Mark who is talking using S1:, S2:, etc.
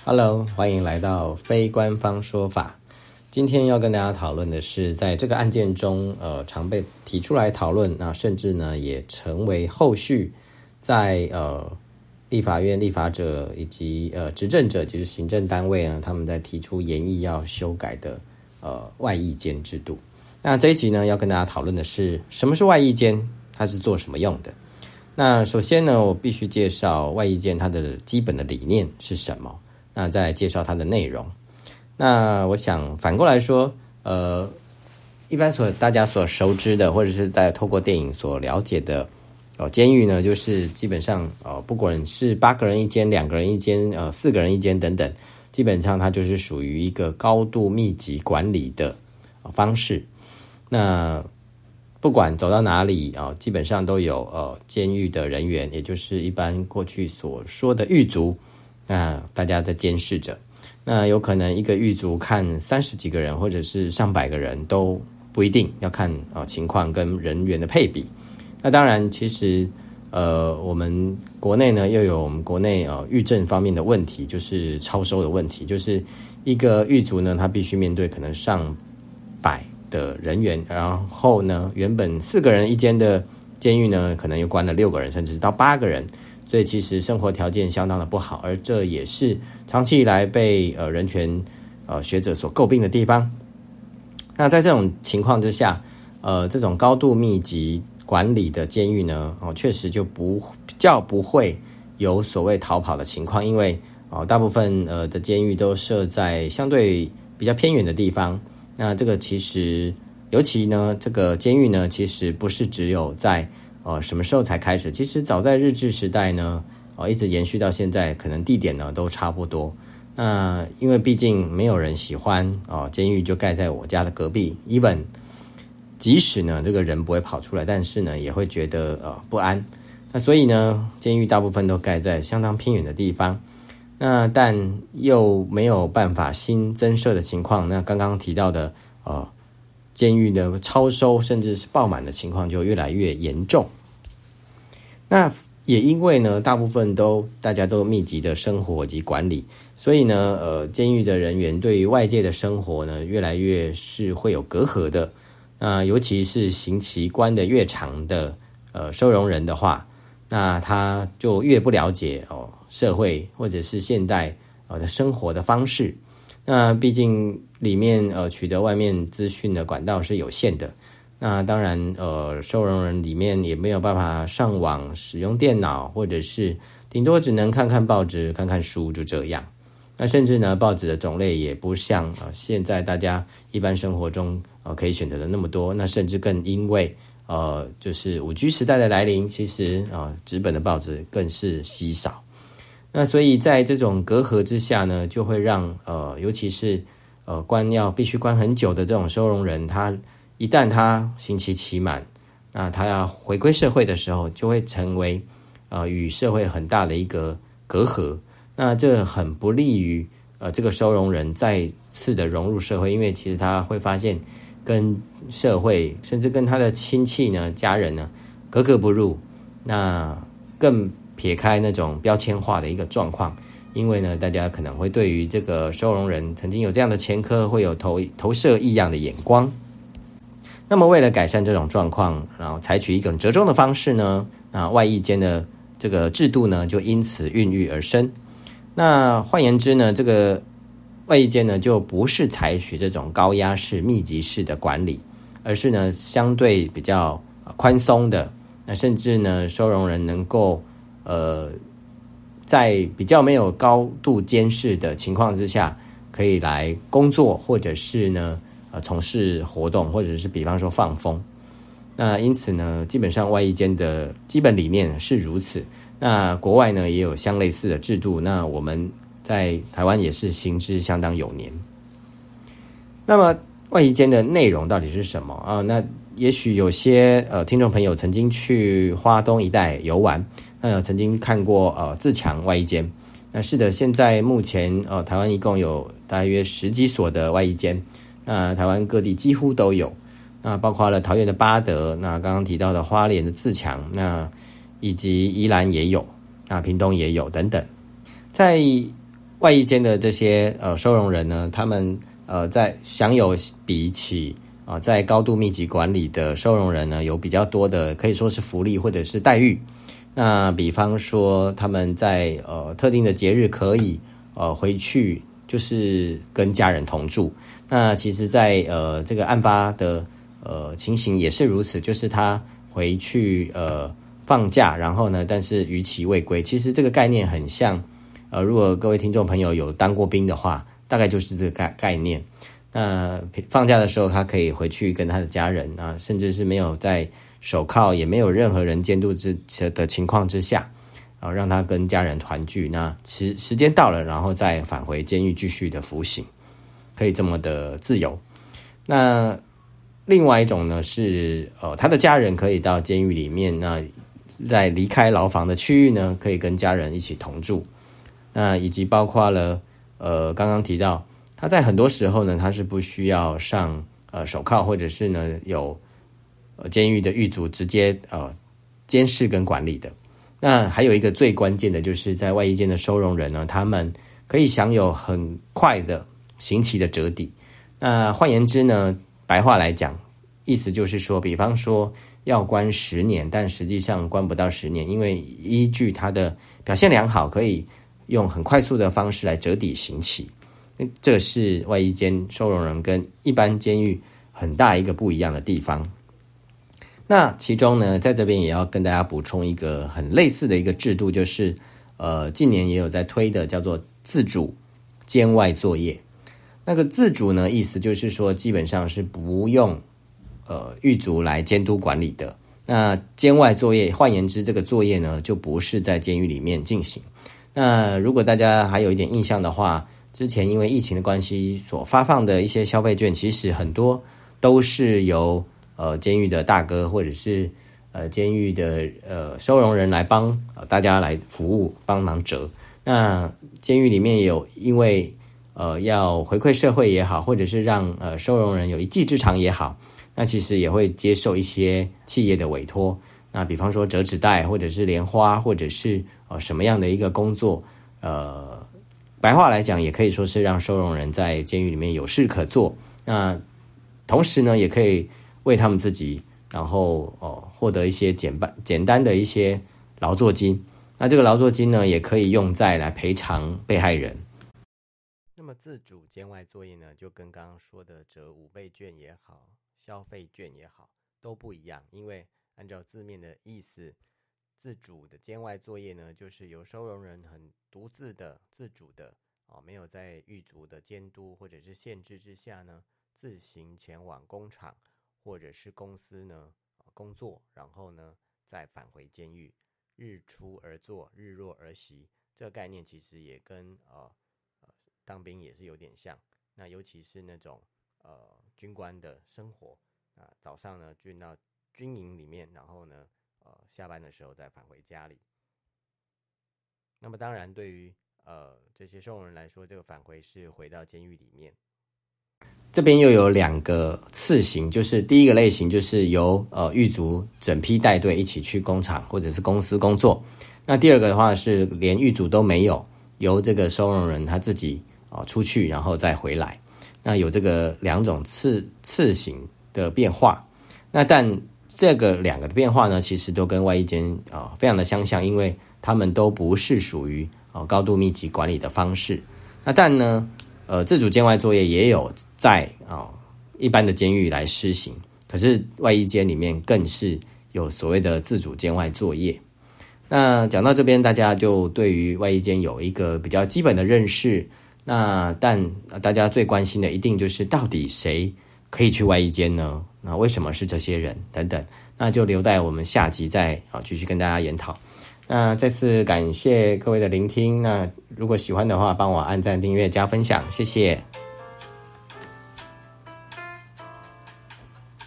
S1: Hello， 欢迎来到非官方说法。今天要跟大家讨论的是，在这个案件中，常被提出来讨论，那甚至呢也成为后续在立法院立法者以及执政者，就是行政单位呢，他们在提出研议要修改的外役监制度。那这一集呢，要跟大家讨论的是什么是外役监，它是做什么用的？那首先呢，我必须介绍外役监它的基本的理念是什么。那再来介绍它的内容。那我想反过来说，一般大家所熟知的，或者是在透过电影所了解的，监狱呢，就是基本上不管是8个人一间、2个人一间、4个人一间等等，基本上它就是属于一个高度密集管理的方式。那不管走到哪里基本上都有监狱的人员，也就是一般过去所说的狱卒。那大家在监视着，那有可能一个狱卒看30几个人，或者是上百个人都不一定，要看情况跟人员的配比。那当然，其实我们国内呢又有我们国内狱政方面的问题，就是超收的问题，就是一个狱卒呢，他必须面对可能上百的人员，然后呢，原本4个人一间的监狱呢，可能又关了6个人，甚至到8个人。所以其实生活条件相当的不好，而这也是长期以来被人权学者所诟病的地方。那在这种情况之下，这种高度密集管理的监狱呢，确实就比较不会有所谓逃跑的情况，因为大部分的监狱都设在相对比较偏远的地方。那这个其实尤其呢，这个监狱呢，其实不是只有在什么时候才开始？其实早在日治时代呢，一直延续到现在，可能地点呢都差不多。那因为毕竟没有人喜欢监狱就盖在我家的隔壁 ，even 即使呢这个人不会跑出来，但是呢也会觉得不安。那所以呢，监狱大部分都盖在相当偏远的地方。那但又没有办法新增设的情况，那刚刚提到的监狱的超收甚至是爆满的情况就越来越严重。那也因为呢，大部分大家都密集的生活及管理，所以呢，监狱的人员对于外界的生活呢，越来越是会有隔阂的。那尤其是刑期关的越长的收容人的话，那他就越不了解社会或者是现代的生活的方式。那毕竟里面取得外面资讯的管道是有限的，那当然收容人里面也没有办法上网使用电脑，或者是顶多只能看看报纸看看书，就这样。那甚至呢，报纸的种类也不像现在大家一般生活中可以选择的那么多。那甚至更因为就是5G 时代的来临，其实纸本的报纸更是稀少。那所以在这种隔阂之下呢，就会让尤其是必须关很久的这种收容人，他一旦他刑期期满，那他要回归社会的时候，就会成为与社会很大的一个隔阂。那这很不利于这个收容人再次的融入社会，因为其实他会发现跟社会甚至跟他的亲戚呢、家人呢格格不入，那更撇开那种标签化的一个状况，因为呢，大家可能会对于这个收容人曾经有这样的前科，会有投射异样的眼光。那么为了改善这种状况，然后采取一种折中的方式呢，那外役监的这个制度呢，就因此孕育而生。那换言之呢，这个外役监呢，就不是采取这种高压式、密集式的管理，而是呢相对比较宽松的。那甚至呢，收容人能够在比较没有高度监视的情况之下，可以来工作，或者是呢从事活动，或者是比方说放风。那因此呢，基本上外役监的基本理念是如此。那国外呢也有相类似的制度，那我们在台湾也是行之相当有年。那么外役监的内容到底是什么啊？那也许有些听众朋友曾经去花东一带游玩，那曾经看过自强外役监。那是的，现在目前台湾一共有大约10几所的外役监，那台湾各地几乎都有，那包括了桃园的八德，那刚刚提到的花莲的自强，那以及宜兰也有，那屏东也有等等。在外役监的这些收容人呢，他们在享有比起在高度密集管理的收容人呢，有比较多的可以说是福利或者是待遇。那比方说他们在特定的节日可以回去，就是跟家人同住。那其实在这个案发的情形也是如此，就是他回去放假，然后呢但是逾期未归。其实这个概念很像如果各位听众朋友有当过兵的话，大概就是这个概念。那放假的时候他可以回去跟他的家人啊，甚至是没有在手铐也没有任何人监督的情况之下让他跟家人团聚。那时间到了，然后再返回监狱继续的服刑，可以这么的自由。那另外一种呢是他的家人可以到监狱里面，那在离开牢房的区域呢，可以跟家人一起同住。那以及包括了刚刚提到他在很多时候呢，他是不需要上手铐，或者是呢有监狱的狱卒直接监视跟管理的。那还有一个最关键的就是在外役监的收容人呢，他们可以享有很快的刑期的折抵。那换言之呢，白话来讲，意思就是说，比方说要关10年，但实际上关不到10年，因为依据他的表现良好，可以用很快速的方式来折抵刑期。这是外役监收容人跟一般监狱很大一个不一样的地方。那其中呢，在这边也要跟大家补充一个很类似的一个制度，就是近年也有在推的，叫做自主监外作业。那个自主呢，意思就是说基本上是不用狱卒来监督管理的。那监外作业，换言之，这个作业呢就不是在监狱里面进行。那如果大家还有一点印象的话，之前因为疫情的关系所发放的一些消费券，其实很多都是由监狱的大哥或者是监狱的收容人来帮大家来服务，帮忙折。那监狱里面有因为要回馈社会也好，或者是让收容人有一技之长也好，那其实也会接受一些企业的委托。那比方说折纸袋，或者是莲花，或者是什么样的一个工作，白话来讲也可以说是让收容人在监狱里面有事可做。那同时呢，也可以为他们自己然后获得一些简单的一些劳作金。那这个劳作金呢，也可以用在来赔偿被害人。那么自主监外作业呢，就跟刚刚说的折5倍券也好，消费券也好，都不一样。因为按照字面的意思，自主的监外作业呢，就是由收容人很独自的、自主的没有在狱卒的监督或者是限制之下呢，自行前往工厂或者是公司呢工作，然后呢再返回监狱，日出而作，日落而息。这个概念其实也跟当兵也是有点像。那尤其是那种军官的生活，早上呢进到军营里面，然后呢下班的时候再返回家里。那么当然对于这些收容人来说，这个返回是回到监狱里面。这边又有2个次型，就是第一个类型就是由狱卒整批带队一起去工厂或者是公司工作。那第二个的话是连狱卒都没有，由这个收容人他自己出去然后再回来。那有这个2种次型的变化。那但这个2个的变化呢，其实都跟外役监非常的相像，因为他们都不是属于高度密集管理的方式。那但呢自主监外作业也有在一般的监狱来施行，可是外役监里面更是有所谓的自主监外作业。那讲到这边，大家就对于外役监有一个比较基本的认识。那但大家最关心的一定就是到底谁可以去外役监呢？那为什么是这些人等等？那就留待我们下集再继续跟大家研讨。那再次感谢各位的聆听。那如果喜欢的话，帮我按赞、订阅、加分享，谢谢。